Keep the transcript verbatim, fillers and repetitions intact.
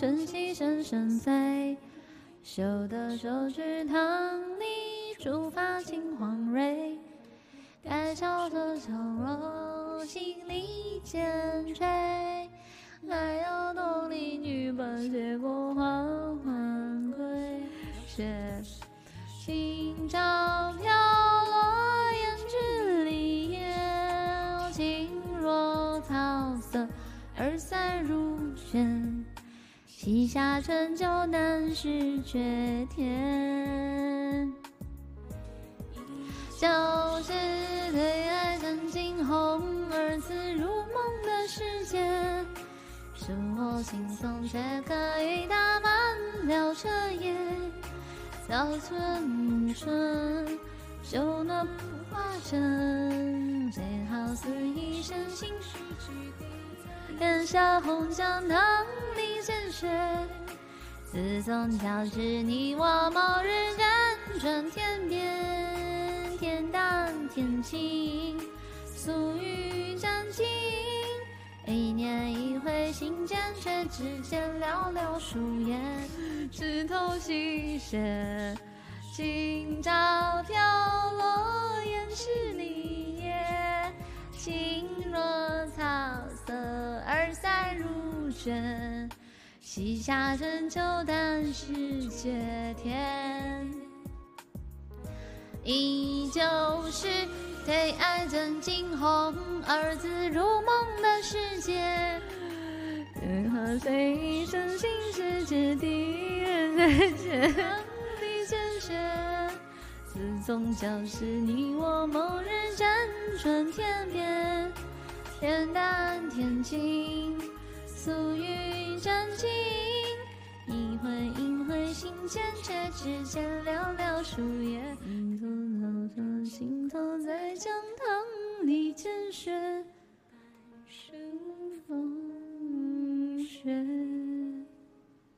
晨曦声声催，修得手指堂里抒发青黄蕊。该笑的笑容，心里渐垂。还有动力女伴结果缓缓归。雪轻朝飘落胭脂里烟，轻若草色，耳塞如轩。膝下陈酒难识绝天。就是对爱曾惊鸿，二次入梦的世界。生活轻松，却可以打翻了彻夜。早春春，酒暖不花城，最好似一身心事去地。眼下红墙堂里见雪，自从交织你我某日辗转天边，天淡天清，素玉沾尽。一年一回心间，却只见寥寥数言。枝头细雪，今朝飘落胭脂里烟。轻若草色，耳塞如轩。膝下陈酒淡识绝天。依旧是对爱曾惊鸿，二字入梦的世界。任何随一生心事之地，人在千里见雪。自从交织你我某日辗转天边，天淡天清，素玉沾尽。一回一回心间，却只见寥寥数言。头头头心头在江塘里见雪。